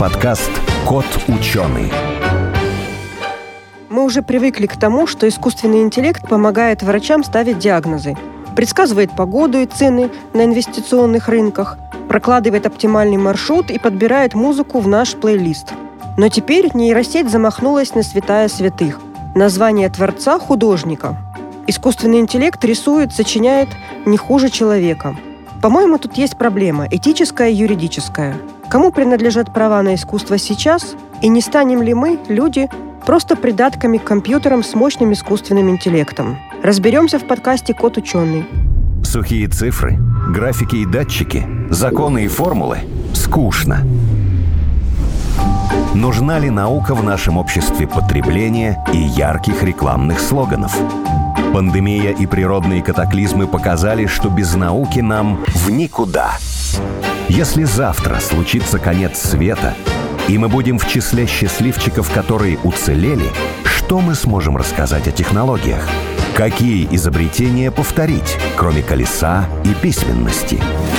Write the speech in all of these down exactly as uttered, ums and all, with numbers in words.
подкаст «Кот ученый». Мы уже привыкли к тому, что искусственный интеллект помогает врачам ставить диагнозы, предсказывает погоду и цены на инвестиционных рынках, прокладывает оптимальный маршрут и подбирает музыку в наш плейлист. Но теперь нейросеть замахнулась на святая святых – название творца художника. Искусственный интеллект рисует, сочиняет не хуже человека. По-моему, тут есть проблема – этическая и юридическая. Кому принадлежат права на искусство сейчас? И не станем ли мы, люди, просто придатками к компьютерам с мощным искусственным интеллектом? Разберемся в подкасте «Кот ученый». Сухие цифры, графики и датчики, законы и формулы – скучно. Нужна ли наука в нашем обществе потребления и ярких рекламных слоганов? Пандемия и природные катаклизмы показали, что без науки нам в никуда. Если завтра случится конец света, и мы будем в числе счастливчиков, которые уцелели, что мы сможем рассказать о технологиях? Какие изобретения повторить, кроме колеса и письменности?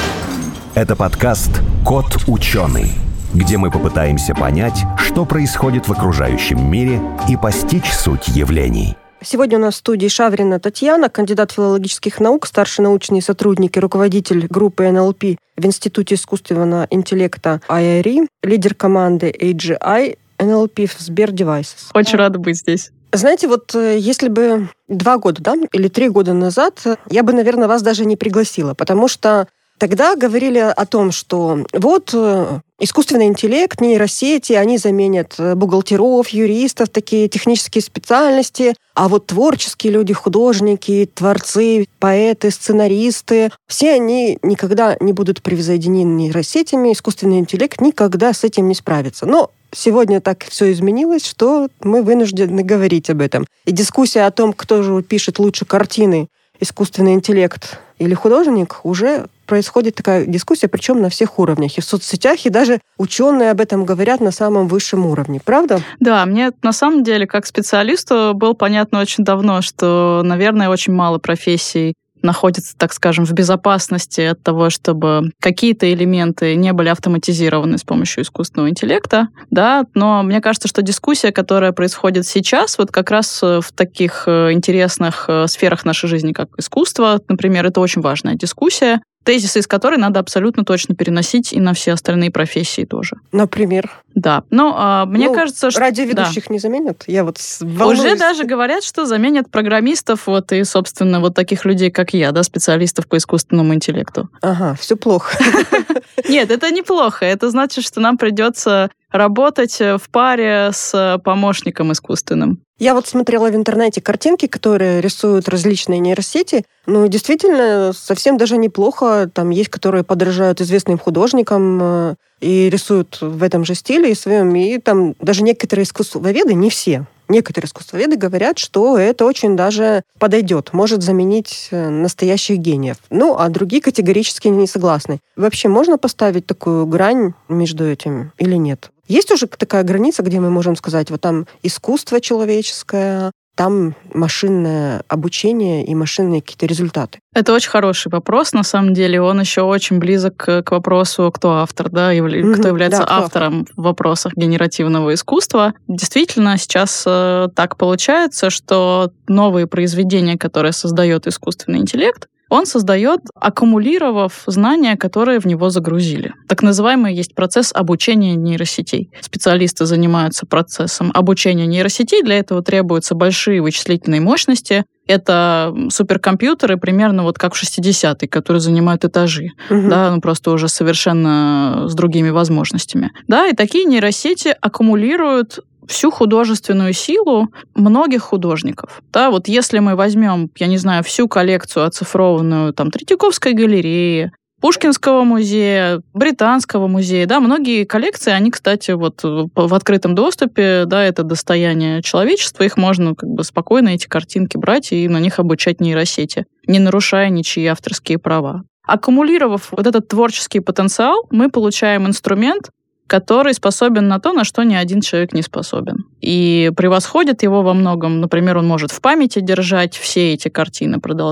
Это подкаст «Кот ученый», где мы попытаемся понять, что происходит в окружающем мире и постичь суть явлений. Сегодня у нас в студии Шаврина Татьяна, кандидат филологических наук, старший научный сотрудник и руководитель группы эн эл пи в Институте искусственного интеллекта ай ар и, лидер команды эй джи ай эн эл пи в Сбер Девайсес. Очень рада быть здесь. Знаете, вот если бы два года, да, или три года назад, я бы, наверное, вас даже не пригласила, потому что тогда говорили о том, что вот искусственный интеллект, нейросети, они заменят бухгалтеров, юристов, такие технические специальности, а вот творческие люди, художники, творцы, поэты, сценаристы, все они никогда не будут превзойдены нейросетями, искусственный интеллект никогда с этим не справится. Но сегодня так все изменилось, что мы вынуждены говорить об этом. И дискуссия о том, кто же пишет лучше картины, искусственный интеллект или художник, уже происходит такая дискуссия, причем на всех уровнях. И в соцсетях, и даже ученые об этом говорят на самом высшем уровне. Правда? Да, мне на самом деле, как специалисту, было понятно очень давно, что, наверное, очень мало профессий находится, так скажем, в безопасности от того, чтобы какие-то элементы не были автоматизированы с помощью искусственного интеллекта, да, но мне кажется, что дискуссия, которая происходит сейчас, вот как раз в таких интересных сферах нашей жизни, как искусство, например, это очень важная дискуссия, тезисы из которой надо абсолютно точно переносить и на все остальные профессии тоже. Например? Да. Но а, мне ну, кажется, что... радиоведущих да. не заменят? Я вот волнуюсь. Уже даже говорят, что заменят программистов вот, и, собственно, вот таких людей, как я, да, специалистов по искусственному интеллекту. Ага, все плохо. Нет, это неплохо. Это значит, что нам придется работать в паре с помощником искусственным. Я вот смотрела в интернете картинки, которые рисуют различные нейросети. Ну, действительно, совсем даже неплохо. Там есть, которые подражают известным художникам и рисуют в этом же стиле и своем. И там даже некоторые искусствоведы, не все, некоторые искусствоведы говорят, что это очень даже подойдет, может заменить настоящих гениев. Ну, а другие категорически не согласны. Вообще можно поставить такую грань между этим или нет? Есть уже такая граница, где мы можем сказать, вот там искусство человеческое, там машинное обучение и машинные какие-то результаты? Это очень хороший вопрос, на самом деле. Он еще очень близок к вопросу, кто автор, да, mm-hmm. кто является да, кто автором автор. В вопросах генеративного искусства. Действительно, сейчас э, так получается, что новые произведения, которые создает искусственный интеллект, он создает, аккумулировав знания, которые в него загрузили. Так называемый есть процесс обучения нейросетей. Специалисты занимаются процессом обучения нейросетей. Для этого требуются большие вычислительные мощности. Это суперкомпьютеры примерно вот как в шестидесятые, которые занимают этажи. Угу. Да, ну просто уже совершенно с другими возможностями. Да, и такие нейросети аккумулируют всю художественную силу многих художников. Да, вот если мы возьмем, я не знаю, всю коллекцию оцифрованную там Третьяковской галереи, Пушкинского музея, Британского музея, да, многие коллекции, они, кстати, вот в открытом доступе, да, это достояние человечества, их можно как бы спокойно, эти картинки брать и на них обучать нейросети, не нарушая ничьи авторские права. Аккумулировав вот этот творческий потенциал, мы получаем инструмент, который способен на то, на что ни один человек не способен. И превосходит его во многом. Например, он может в памяти держать все эти картины, продолжать.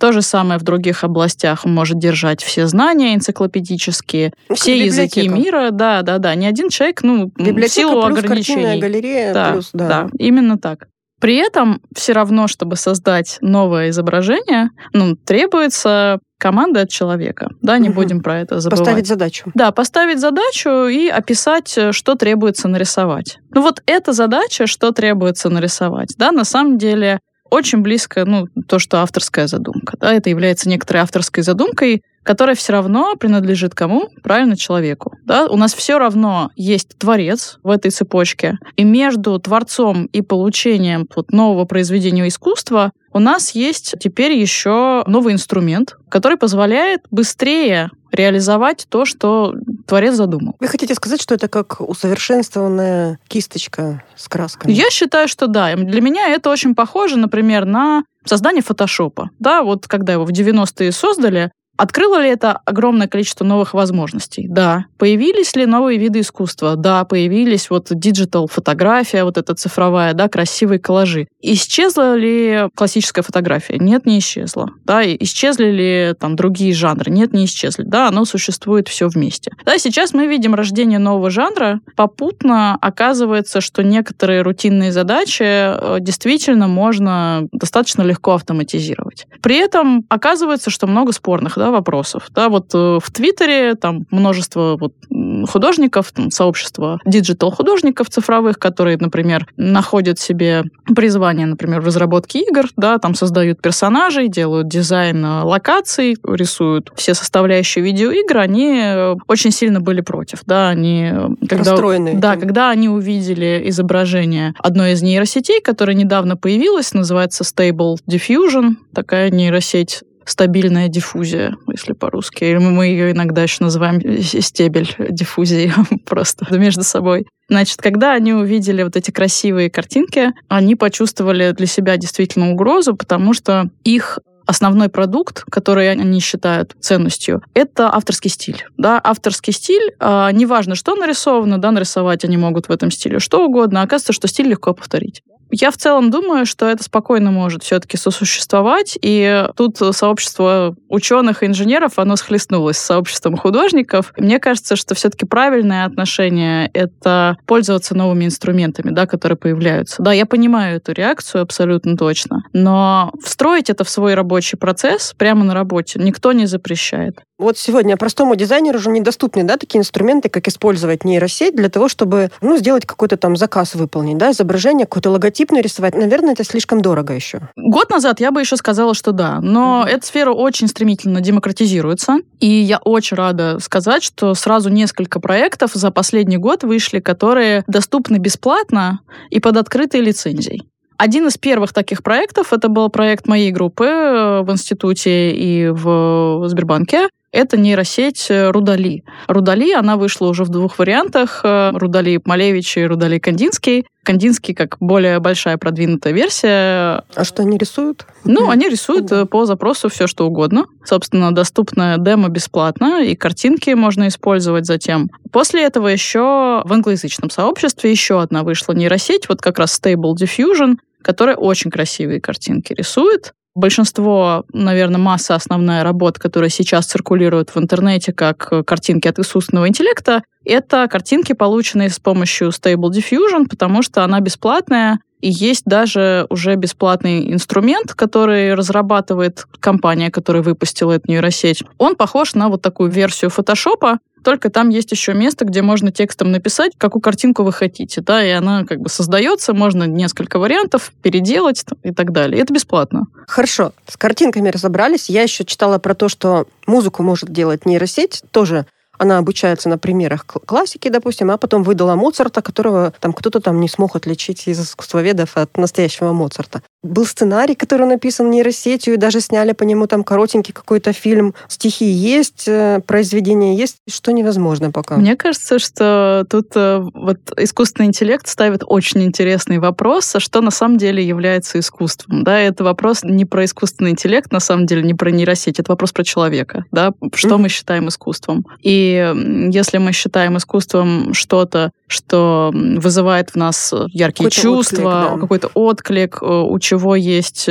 То же самое в других областях. Он может держать все знания энциклопедические, ну, все языки мира. Да, да, да. Ни один человек, ну, в силу плюс ограничений. Картинная галерея, да, плюс, да. да, именно так. При этом все равно, чтобы создать новое изображение, ну, требуется команда от человека. Да, не угу. будем про это забывать. Поставить задачу. Да, поставить задачу и описать, что требуется нарисовать. Ну вот эта задача, что требуется нарисовать, да, на самом деле очень близко, ну, то, что авторская задумка. Да, это является некоторой авторской задумкой, которая все равно принадлежит кому? Правильно, человеку. Да? У нас все равно есть творец в этой цепочке, и между творцом и получением вот, нового произведения искусства у нас есть теперь еще новый инструмент, который позволяет быстрее реализовать то, что творец задумал. Вы хотите сказать, что это как усовершенствованная кисточка с красками? Я считаю, что да. Для меня это очень похоже, например, на создание фотошопа. Да, вот когда его в девяностые создали, открыло ли это огромное количество новых возможностей? Да. Появились ли новые виды искусства? Да, появились вот диджитал-фотография, вот эта цифровая, да, красивые коллажи. Исчезла ли классическая фотография? Нет, не исчезла. Да, исчезли ли там другие жанры? Нет, не исчезли. Да, оно существует все вместе. Да, сейчас мы видим рождение нового жанра. Попутно оказывается, что некоторые рутинные задачи действительно можно достаточно легко автоматизировать. При этом оказывается, что много спорных, да, вопросов. Да, вот э, в Твиттере там множество вот, художников, там, сообщество диджитал-художников цифровых, которые, например, находят себе призвание, например, в разработке игр, да, там создают персонажей, делают дизайн локаций, рисуют все составляющие видеоигр, они очень сильно были против. Да, они, когда, да, когда они увидели изображение одной из нейросетей, которая недавно появилась, называется Stable Diffusion, такая нейросеть, стабильная диффузия, если по-русски. Или мы ее иногда еще называем стебель диффузии просто между собой. Значит, когда они увидели вот эти красивые картинки, они почувствовали для себя действительно угрозу, потому что их основной продукт, который они считают ценностью, это авторский стиль. Да? Авторский стиль, э, неважно, что нарисовано, да, нарисовать они могут в этом стиле что угодно, оказывается, что стиль легко повторить. Я в целом думаю, что это спокойно может все-таки сосуществовать, и тут сообщество ученых и инженеров, оно схлестнулось с сообществом художников. И мне кажется, что все-таки правильное отношение — это пользоваться новыми инструментами, да, которые появляются. Да, я понимаю эту реакцию абсолютно точно, но встроить это в свой рабочий процесс прямо на работе никто не запрещает. Вот сегодня простому дизайнеру уже недоступны, да, такие инструменты, как использовать нейросеть для того, чтобы, ну, сделать какой-то там заказ выполнить, да, изображение, какой-то логотип нарисовать. Наверное, это слишком дорого еще. Год назад я бы еще сказала, что да, но mm-hmm. эта сфера очень стремительно демократизируется, и я очень рада сказать, что сразу несколько проектов за последний год вышли, которые доступны бесплатно и под открытой лицензией. Один из первых таких проектов, это был проект моей группы в институте и в Сбербанке. Это нейросеть Рудали. Рудали, она вышла уже в двух вариантах. Рудали Малевич и Рудали Кандинский. Кандинский как более большая продвинутая версия. А что они рисуют? Ну, они рисуют да. по запросу все, что угодно. Собственно, доступно демо бесплатно, и картинки можно использовать затем. После этого еще в англоязычном сообществе еще одна вышла нейросеть, вот как раз Stable Diffusion, которая очень красивые картинки рисует. Большинство, наверное, масса основная работ, которая сейчас циркулирует в интернете как картинки от искусственного интеллекта, это картинки, полученные с помощью Stable Diffusion, потому что она бесплатная, и есть даже уже бесплатный инструмент, который разрабатывает компания, которая выпустила эту нейросеть. Он похож на вот такую версию фотошопа, только там есть еще место, где можно текстом написать, какую картинку вы хотите, да, и она как бы создается, можно несколько вариантов переделать и так далее. И это бесплатно. Хорошо, с картинками разобрались. Я еще читала про то, что музыку может делать нейросеть, тоже она обучается на примерах классики, допустим, а потом выдала Моцарта, которого там кто-то там не смог отличить из искусствоведов от настоящего Моцарта. Был сценарий, который написан нейросетью, и даже сняли по нему там коротенький какой-то фильм. Стихи есть, произведения есть, что невозможно пока. Мне кажется, что тут вот искусственный интеллект ставит очень интересный вопрос, а что на самом деле является искусством. Да, это вопрос не про искусственный интеллект, на самом деле, не про нейросеть, это вопрос про человека. Да? Что mm-hmm. мы считаем искусством? И если мы считаем искусством что-то, что вызывает в нас яркие какой-то чувства, отклик, да. какой-то отклик, у чего есть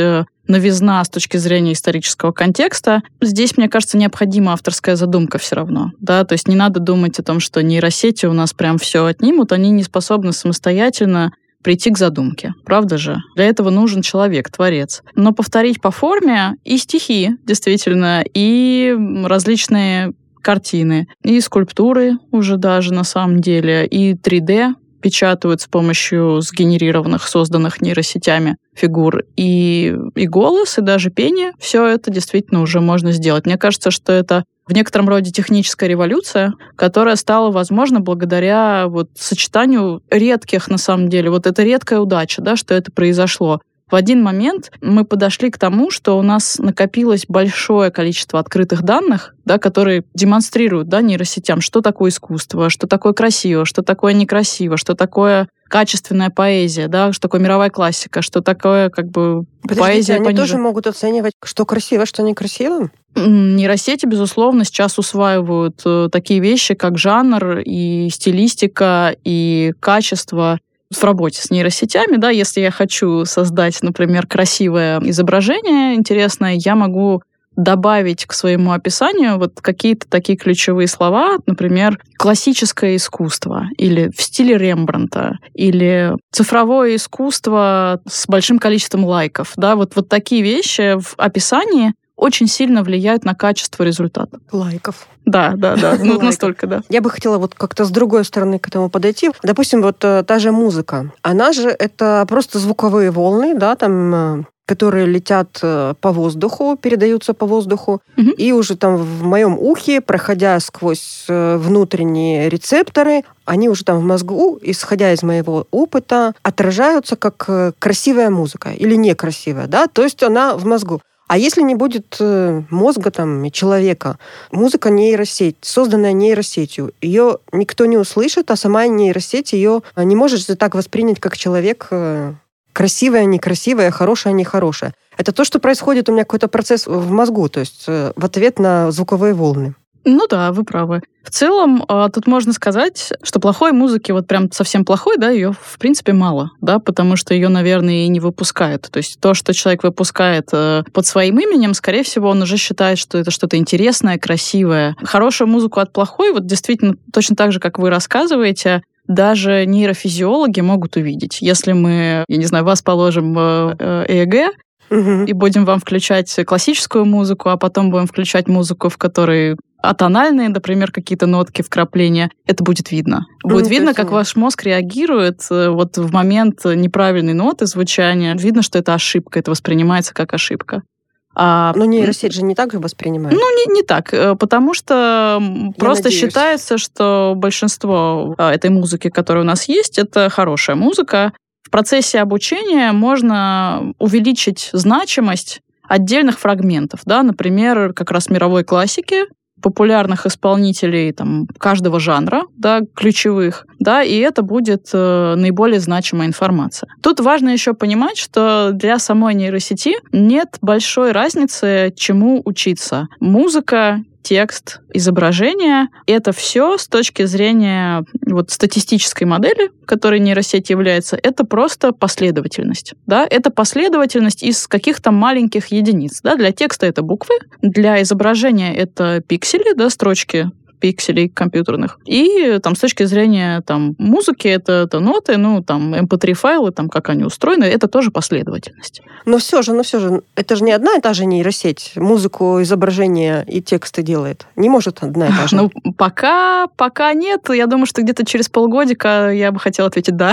новизна с точки зрения исторического контекста. Здесь, мне кажется, необходима авторская задумка все равно. Да? То есть не надо думать о том, что нейросети у нас прям все отнимут, они не способны самостоятельно прийти к задумке. Правда же? Для этого нужен человек, творец. Но повторить по форме и стихи, действительно, и различные картины, и скульптуры уже даже на самом деле, и три дэ печатают с помощью сгенерированных, созданных нейросетями фигур, и, и голос, и даже пение. Все это действительно уже можно сделать. Мне кажется, что это в некотором роде техническая революция, которая стала возможна благодаря вот сочетанию редких, на самом деле, вот это редкая удача, да, что это произошло. В один момент мы подошли к тому, что у нас накопилось большое количество открытых данных, да, которые демонстрируют, да, нейросетям, что такое искусство, что такое красиво, что такое некрасиво, что такое качественная поэзия, да, что такое мировая классика, что такое как бы Подождите, поэзия они пониже. Тоже могут оценивать, что красиво, что некрасиво? Нейросети, безусловно, сейчас усваивают такие вещи, как жанр и стилистика, и качество. В работе с нейросетями, да, если я хочу создать, например, красивое изображение интересное, я могу добавить к своему описанию вот какие-то такие ключевые слова, например, классическое искусство, или в стиле Рембрандта, или цифровое искусство с большим количеством лайков. Да, вот, вот такие вещи в описании очень сильно влияют на качество результата. Лайков. Да, да, да. Ну, настолько, да. Я бы хотела вот как-то с другой стороны к этому подойти. Допустим, вот та же музыка. Она же это просто звуковые волны, да, там, которые летят по воздуху, передаются по воздуху, угу. И уже там в моем ухе, проходя сквозь внутренние рецепторы, они уже там в мозгу, исходя из моего опыта, отражаются как красивая музыка или некрасивая, да, то есть она в мозгу. А если не будет мозга там, человека, музыка нейросеть, созданная нейросетью, ее никто не услышит, а сама нейросеть ее не может так воспринять, как человек красивая, некрасивая, хорошая, нехорошая. Это то, что происходит у меня какой-то процесс в мозгу, то есть в ответ на звуковые волны. Ну да, вы правы. В целом, тут можно сказать, что плохой музыки, вот прям совсем плохой, да, ее в принципе мало, да, потому что ее, наверное, и не выпускают. То есть то, что человек выпускает под своим именем, скорее всего, он уже считает, что это что-то интересное, красивое. Хорошую музыку от плохой, вот действительно, точно так же, как вы рассказываете, даже нейрофизиологи могут увидеть. Если мы, я не знаю, вас положим в ЭЭГ, угу. И будем вам включать классическую музыку, а потом будем включать музыку, в которой атональные, например, какие-то нотки, вкрапления, это будет видно. Будет ну, видно, как ваш мозг реагирует вот в момент неправильной ноты звучания. Видно, что это ошибка, это воспринимается как ошибка. А, Но нейросеть же не так же воспринимает. Ну, не, не так, потому что Я просто надеюсь. считается, что большинство этой музыки, которая у нас есть, это хорошая музыка. В процессе обучения можно увеличить значимость отдельных фрагментов, да, например, как раз мировой классики, популярных исполнителей там, каждого жанра, да, ключевых, да, и это будет э, наиболее значимая информация. Тут важно еще понимать, что для самой нейросети нет большой разницы, чему учиться. Музыка, текст, изображение — это все с точки зрения вот, статистической модели, которой нейросеть является, это просто последовательность. Да? Это последовательность из каких-то маленьких единиц. Да? Для текста это буквы, для изображения это пиксели, да, строчки пикселей компьютерных. И там, с точки зрения там, музыки это, это ноты, ну, там, эм пэ три файлы, там, как они устроены, это тоже последовательность. Но все же, но все же, это же не одна и та же нейросеть. Музыку, изображение и тексты делает. Не может одна и та же. Ну, пока, пока нет. Я думаю, что где-то через полгодика я бы хотела ответить «да».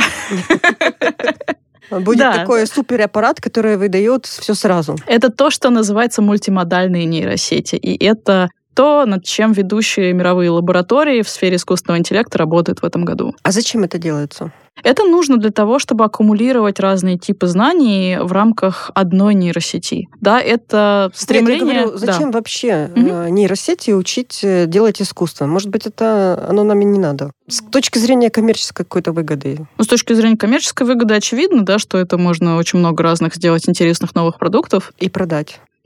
Будет да. такой супераппарат, который выдает все сразу. Это то, что называется мультимодальные нейросети. И это то, над чем ведущие мировые лаборатории в сфере искусственного интеллекта работают в этом году. А зачем это делается? Это нужно для того, чтобы аккумулировать разные типы знаний в рамках одной нейросети. Да, это стремление... Нет, я говорю, зачем да. вообще угу. нейросети учить делать искусство? Может быть, это оно нам и не надо? С точки зрения коммерческой какой-то выгоды. Ну, с точки зрения коммерческой выгоды очевидно, да, что это можно очень много разных сделать интересных новых продуктов. И продать.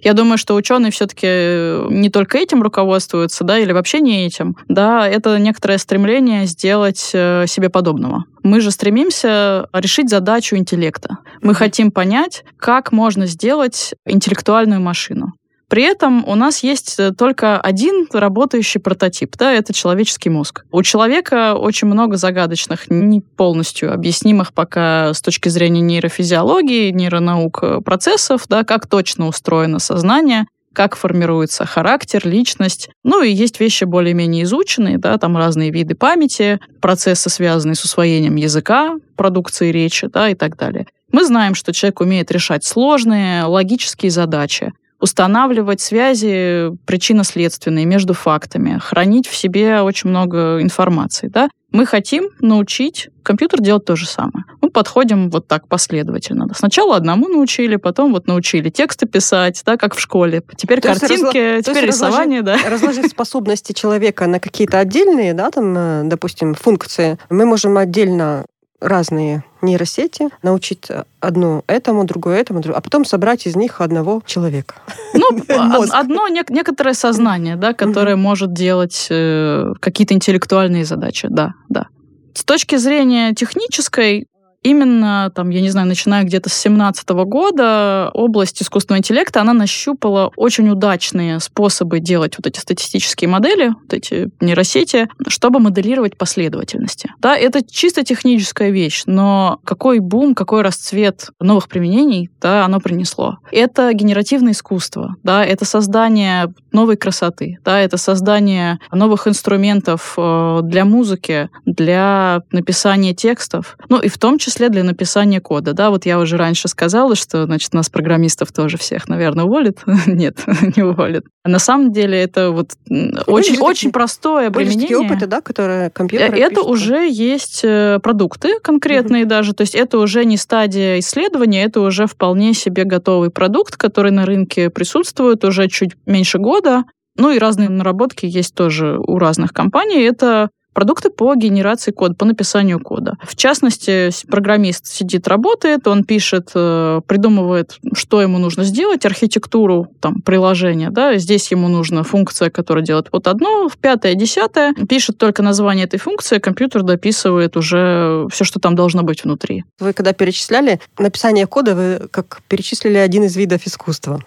Я думаю, что ученые все-таки не только этим руководствуются, да, или вообще не этим. Да, это некоторое стремление сделать себе подобного. Мы же стремимся решить задачу интеллекта. Мы mm-hmm. хотим понять, как можно сделать интеллектуальную машину. При этом у нас есть только один работающий прототип, да, это человеческий мозг. У человека очень много загадочных, не полностью объяснимых пока с точки зрения нейрофизиологии, нейронаук процессов, да, как точно устроено сознание, как формируется характер, личность. Ну и есть вещи более-менее изученные, да, там разные виды памяти, процессы, связанные с усвоением языка, продукции речи, да, и так далее. Мы знаем, что человек умеет решать сложные логические задачи, устанавливать связи причинно-следственные между фактами, хранить в себе очень много информации. Да? Мы хотим научить компьютер делать то же самое. Мы подходим вот так последовательно. Сначала одному научили, потом вот научили тексты писать, да, как в школе. Теперь то картинки, разло... теперь рисование. Разложить, да. разложить способности человека на какие-то отдельные, да, там, допустим, функции. Мы можем отдельно разные нейросети, научить одну этому, другую этому, а потом собрать из них одного человека. Ну, одно некоторое сознание, да, которое может делать какие-то интеллектуальные задачи, да, да. С точки зрения технической, именно, там, я не знаю, начиная где-то с семнадцатого года, область искусственного интеллекта, она нащупала очень удачные способы делать вот эти статистические модели, вот эти нейросети, чтобы моделировать последовательности. Да, это чисто техническая вещь, но какой бум, какой расцвет новых применений, да, оно принесло. Это генеративное искусство, да, это создание новой красоты, да, это создание новых инструментов для музыки, для написания текстов, ну и в том числе для написания кода. Да, вот я уже раньше сказала, что, значит, нас, программистов, тоже всех, наверное, уволят. Нет, не уволят. На самом деле это вот очень, очень простое применение. Были опыты, да, которые компьютеры Это пишут. Уже есть продукты конкретные, mm-hmm. даже. То есть это уже не стадия исследования, это уже вполне себе готовый продукт, который на рынке присутствует уже чуть меньше года. Ну и разные наработки есть тоже у разных компаний. Это продукты по генерации кода, по написанию кода. В частности, программист сидит, работает, он пишет, придумывает, что ему нужно сделать, архитектуру там, приложения. Да? Здесь ему нужна функция, которая делает вот одно, пятое, десятое. Пишет только название этой функции, компьютер дописывает уже все, что там должно быть внутри. Вы когда перечисляли написание кода, вы как перечислили один из видов искусства.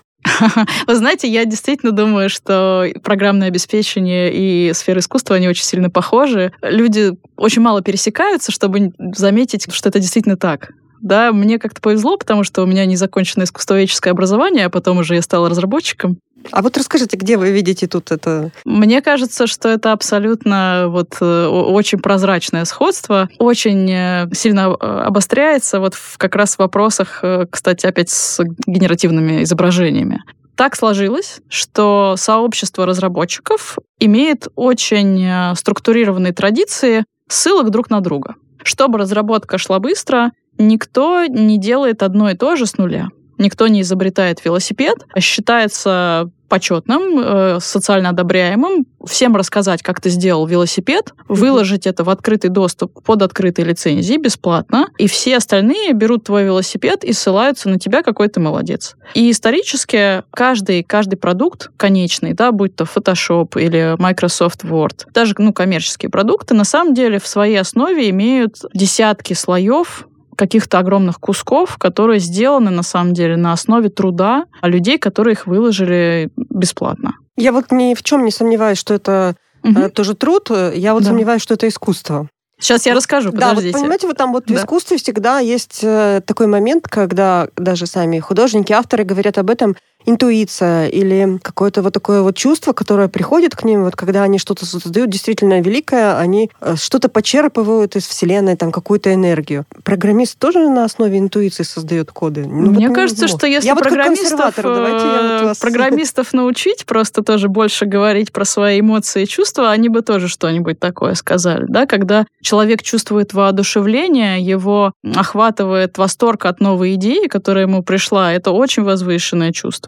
Вы знаете, я действительно думаю, что программное обеспечение и сфера искусства, они очень сильно похожи. Люди очень мало пересекаются, чтобы заметить, что это действительно так. Да, мне как-то повезло, потому что у меня незаконченное искусствоведческое образование, а потом уже я стала разработчиком. А вот расскажите, где вы видите тут это? Мне кажется, что это абсолютно вот очень прозрачное сходство, очень сильно обостряется вот как раз в вопросах, кстати, опять с генеративными изображениями. Так сложилось, что сообщество разработчиков имеет очень структурированные традиции ссылок друг на друга. Чтобы разработка шла быстро, никто не делает одно и то же с нуля. Никто не изобретает велосипед. Считается почетным, э, социально одобряемым всем рассказать, как ты сделал велосипед, mm-hmm. выложить это в открытый доступ под открытой лицензией бесплатно, и все остальные берут твой велосипед и ссылаются на тебя, какой ты молодец. И исторически каждый, каждый продукт конечный, да, будь то Photoshop или Microsoft Word, даже ну, коммерческие продукты, на самом деле в своей основе имеют десятки слоев каких-то огромных кусков, которые сделаны, на самом деле, на основе труда людей, которые их выложили бесплатно. Я вот ни в чем не сомневаюсь, что это угу. тоже труд. Я вот да. сомневаюсь, что это искусство. Сейчас я расскажу, подождите. Да, вот понимаете, вот там вот да. в искусстве всегда есть такой момент, когда даже сами художники, авторы говорят об этом, интуиция или какое-то вот такое вот чувство, которое приходит к ним, вот когда они что-то создают действительно великое, они что-то почерпывают из вселенной, там какую-то энергию. Программист тоже на основе интуиции создает коды? Ну, Мне вот, кажется, ну, что если я программистов, вот давайте я вот вас... программистов научить просто тоже больше говорить про свои эмоции и чувства, они бы тоже что-нибудь такое сказали. Да? Когда человек чувствует воодушевление, его охватывает восторг от новой идеи, которая ему пришла, это очень возвышенное чувство.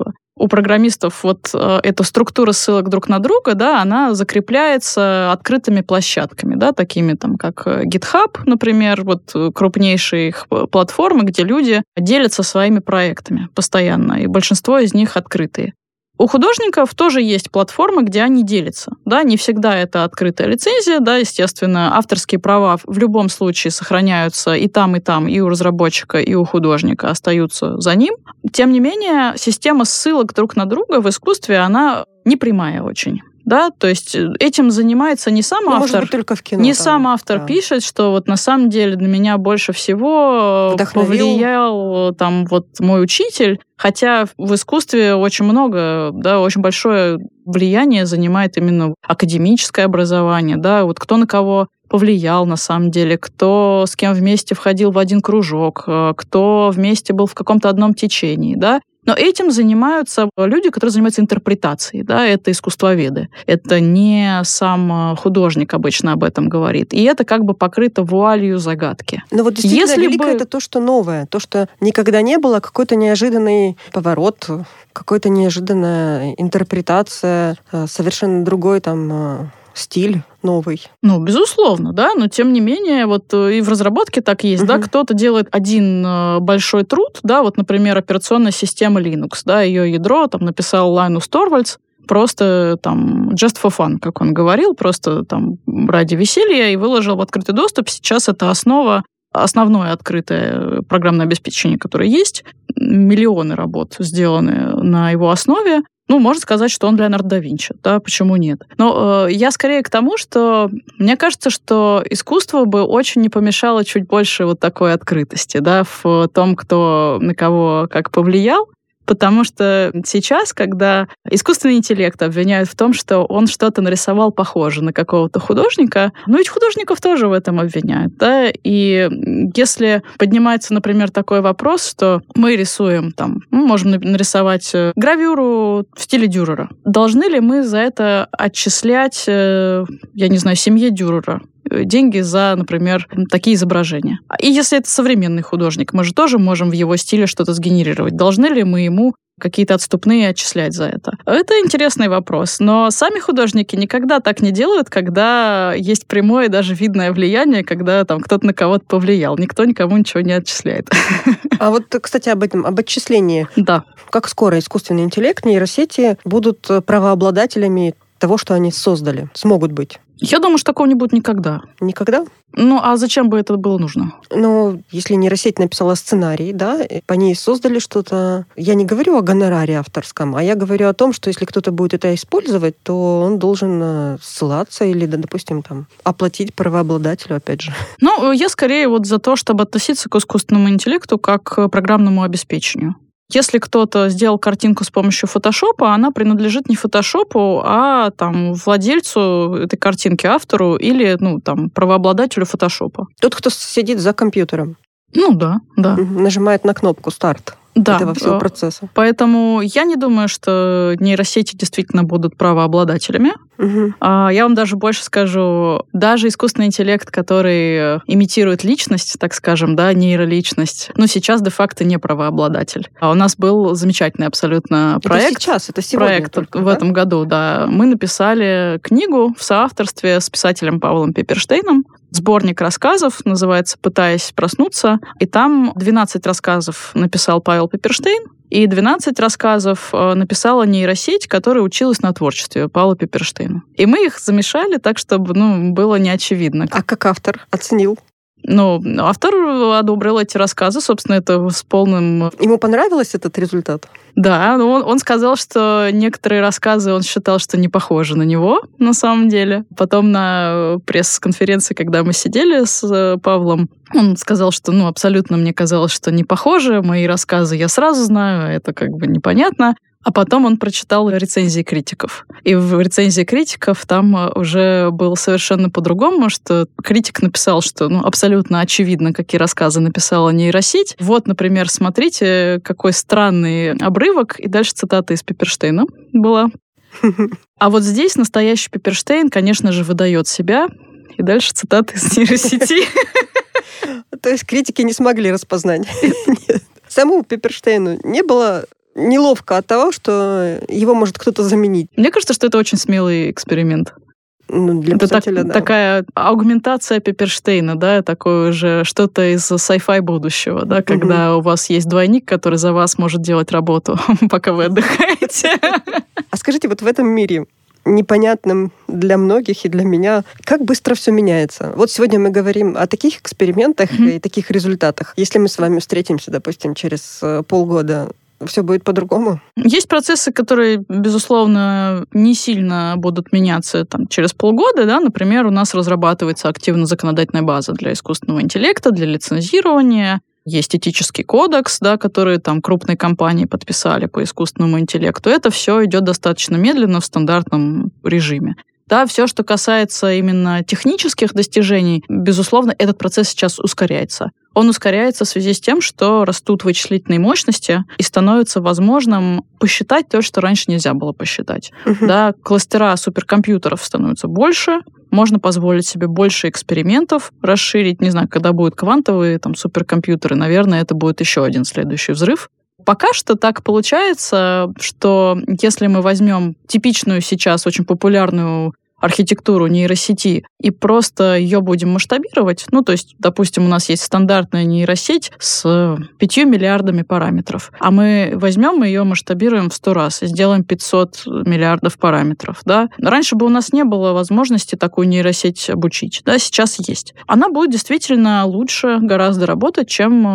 искусства. У программистов вот э, эта структура ссылок друг на друга, да, она закрепляется открытыми площадками, да, такими там, как GitHub, например, вот крупнейшие их платформы, где люди делятся своими проектами постоянно, и большинство из них открытые. У художников тоже есть платформы, где они делятся. Да, не всегда это открытая лицензия, да, естественно, авторские права в любом случае сохраняются и там, и там, и у разработчика, и у художника остаются за ним. Тем не менее, система ссылок друг на друга в искусстве, она непрямая очень. Да, то есть этим занимается не сам ну, автор, может быть, только в кино, не там, сам автор да. пишет, что вот на самом деле на меня больше всего Вдохновил. повлиял там вот мой учитель, хотя в искусстве очень много, да, очень большое влияние занимает именно академическое образование, да, вот кто на кого повлиял на самом деле, кто с кем вместе входил в один кружок, кто вместе был в каком-то одном течении, да. Но этим занимаются люди, которые занимаются интерпретацией, да, это искусствоведы. Это не сам художник обычно об этом говорит. И это как бы покрыто вуалью загадки. Но вот действительно Если великое бы... это то, что новое, то, что никогда не было, какой-то неожиданный поворот, какая-то неожиданная интерпретация, совершенно другой там стиль новый. Ну, безусловно, да, но тем не менее, вот и в разработке так есть, uh-huh. да, кто-то делает один большой труд, да, вот, например, операционная система Linux, да, ее ядро там написал Лайнус Торвальдс, просто там just for fun, как он говорил, просто там ради веселья, и выложил в открытый доступ. Сейчас это основа, основное открытое программное обеспечение, которое есть. Миллионы работ сделаны на его основе. Ну, можно сказать, что он Леонардо да Винчи, да, почему нет? Но э, я скорее к тому, что мне кажется, что искусству бы очень не помешало чуть больше вот такой открытости, да, в том, кто на кого как повлиял. Потому что сейчас, когда искусственный интеллект обвиняют в том, что он что-то нарисовал похоже на какого-то художника, ну ведь художников тоже в этом обвиняют, да, и если поднимается, например, такой вопрос, что мы рисуем там, мы можем нарисовать гравюру в стиле Дюрера, должны ли мы за это отчислять, я не знаю, семье Дюрера деньги за, например, такие изображения. И если это современный художник, мы же тоже можем в его стиле что-то сгенерировать. Должны ли мы ему какие-то отступные отчислять за это? Это интересный вопрос. Но сами художники никогда так не делают, когда есть прямое, даже видное влияние, когда там кто-то на кого-то повлиял. Никто никому ничего не отчисляет. А вот, кстати, об этом, об отчислении. Да. Как скоро искусственный интеллект, нейросети будут правообладателями того, что они создали? Смогут быть? Я думаю, что такого не будет никогда. Никогда? Ну, а зачем бы это было нужно? Ну, если нейросеть написала сценарий, да, по ней создали что-то... Я не говорю о гонораре авторском, а я говорю о том, что если кто-то будет это использовать, то он должен ссылаться или, допустим, там, оплатить правообладателю, опять же. Ну, я скорее вот за то, чтобы относиться к искусственному интеллекту как к программному обеспечению. Если кто-то сделал картинку с помощью фотошопа, она принадлежит не фотошопу, а там владельцу этой картинки, автору или ну, там, правообладателю фотошопа. Тот, кто сидит за компьютером. Ну да, да. Нажимает на кнопку «Старт». Да, этого всего процесса. Поэтому я не думаю, что нейросети действительно будут правообладателями. Угу. Я вам даже больше скажу, даже искусственный интеллект, который имитирует личность, так скажем, да, нейроличность, ну, сейчас де-факто не правообладатель. А у нас был замечательный абсолютно проект. Это сейчас, это сегодня проект только, в да? этом году, да. Мы написали книгу в соавторстве с писателем Павлом Пепперштейном. Сборник рассказов, называется «Пытаясь проснуться». И там двенадцать рассказов написал Павел Пепперштейн, и двенадцать рассказов написала нейросеть, которая училась на творчестве Павла Пепперштейна. И мы их замешали так, чтобы ну, было неочевидно. А как автор оценил? Ну, автор одобрил эти рассказы, собственно, это с полным... Ему понравился этот результат? Да, он, он сказал, что некоторые рассказы он считал, что не похожи на него, на самом деле. Потом на пресс-конференции, когда мы сидели с Павлом, он сказал, что, ну, абсолютно мне казалось, что не похожи. Мои рассказы я сразу знаю, это как бы непонятно. А потом он прочитал рецензии критиков. И в рецензии критиков там уже было совершенно по-другому, что критик написал, что ну, абсолютно очевидно, какие рассказы написала нейросеть. Вот, например, смотрите, какой странный обрывок. И дальше цитата из Пепперштейна была. А вот здесь настоящий Пепперштейн, конечно же, выдает себя. И дальше цитата из нейросети. То есть критики не смогли распознать. Самому Пепперштейну не было неловко от того, что его может кто-то заменить. Мне кажется, что это очень смелый эксперимент. Ну, для это писателя, так, да. Такая аугментация Пепперштейна, да, такое уже что-то из sci-fi будущего, да, когда угу. у вас есть двойник, который за вас может делать работу, пока вы отдыхаете. А скажите, вот в этом мире, непонятным для многих и для меня, как быстро все меняется? Вот сегодня мы говорим о таких экспериментах mm-hmm. и таких результатах. Если мы с вами встретимся, допустим, через полгода, все будет по-другому? Есть процессы, которые, безусловно, не сильно будут меняться там, через полгода. Да? Например, у нас разрабатывается активно законодательная база для искусственного интеллекта, для лицензирования. Есть этический кодекс, да, который там крупные компании подписали по искусственному интеллекту. Это все идет достаточно медленно в стандартном режиме. Да, все, что касается именно технических достижений, безусловно, этот процесс сейчас ускоряется. Он ускоряется в связи с тем, что растут вычислительные мощности и становится возможным посчитать то, что раньше нельзя было посчитать. Uh-huh. Да, кластера суперкомпьютеров становятся больше, можно позволить себе больше экспериментов расширить. Не знаю, когда будут квантовые там, суперкомпьютеры, наверное, это будет еще один следующий взрыв. Пока что так получается, что если мы возьмем типичную сейчас очень популярную архитектуру нейросети и просто ее будем масштабировать, ну, то есть, допустим, у нас есть стандартная нейросеть с пятью миллиардами параметров, а мы возьмем и ее масштабируем в сто раз и сделаем пятьсот миллиардов параметров, да. Раньше бы у нас не было возможности такую нейросеть обучить, да, сейчас есть. Она будет действительно лучше гораздо работать,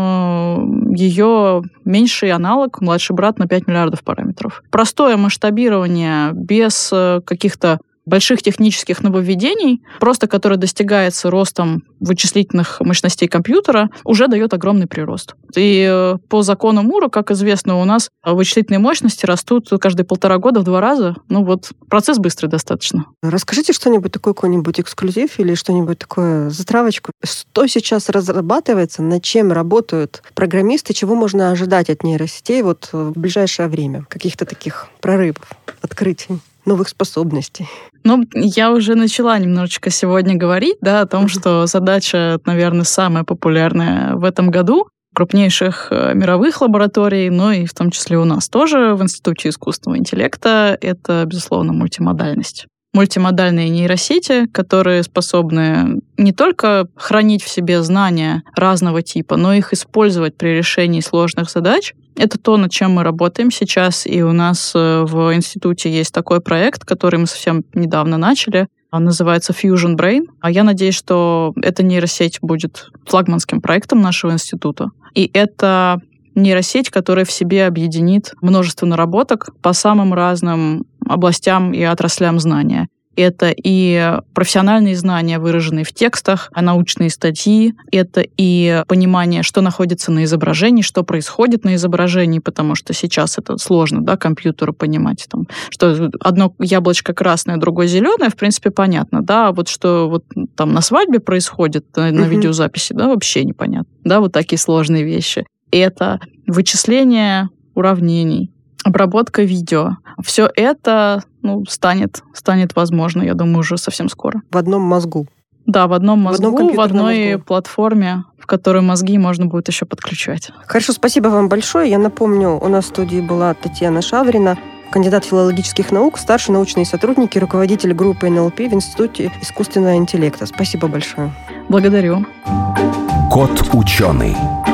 чем ее меньший аналог, младший брат на пять миллиардов параметров. Простое масштабирование без каких-то больших технических нововведений, просто которое достигается ростом вычислительных мощностей компьютера, уже дает огромный прирост. И по закону Мура, как известно, у нас вычислительные мощности растут каждые полтора года в два раза. Ну вот, процесс быстрый достаточно. Расскажите что-нибудь такое, какой-нибудь эксклюзив или что-нибудь такое, затравочку. Что сейчас разрабатывается, над чем работают программисты, чего можно ожидать от нейросетей вот в ближайшее время? Каких-то таких прорывов, открытий, новых способностей. Ну, я уже начала немножечко сегодня говорить, да, о том, mm-hmm. что задача, наверное, самая популярная в этом году крупнейших мировых лабораторий, но и в том числе у нас тоже в Институте искусственного интеллекта, это, безусловно, мультимодальность. Мультимодальные нейросети, которые способны не только хранить в себе знания разного типа, но и их использовать при решении сложных задач. Это то, над чем мы работаем сейчас, и у нас в институте есть такой проект, который мы совсем недавно начали. Он называется Fusion Brain. А я надеюсь, что эта нейросеть будет флагманским проектом нашего института. И это нейросеть, которая в себе объединит множество наработок по самым разным областям и отраслям знания. Это и профессиональные знания, выраженные в текстах, научные статьи, это и понимание, что находится на изображении, что происходит на изображении, потому что сейчас это сложно, да, компьютеру понимать, там, что одно яблочко красное, другое зеленое, в принципе, понятно, да, а вот что вот там на свадьбе происходит на, на mm-hmm. видеозаписи, да, вообще непонятно, да, вот такие сложные вещи. Это вычисление уравнений, обработка видео. Все это ну, станет, станет возможно, я думаю, уже совсем скоро. В одном мозгу. Да, в одном мозгу, в, одном в одной мозгу. платформе, в которой мозги можно будет еще подключать. Хорошо, спасибо вам большое. Я напомню, у нас в студии была Татьяна Шаврина, кандидат филологических наук, старший научный сотрудник и руководитель группы эн эл пи в Институте искусственного интеллекта. Спасибо большое. Благодарю. Кот ученый.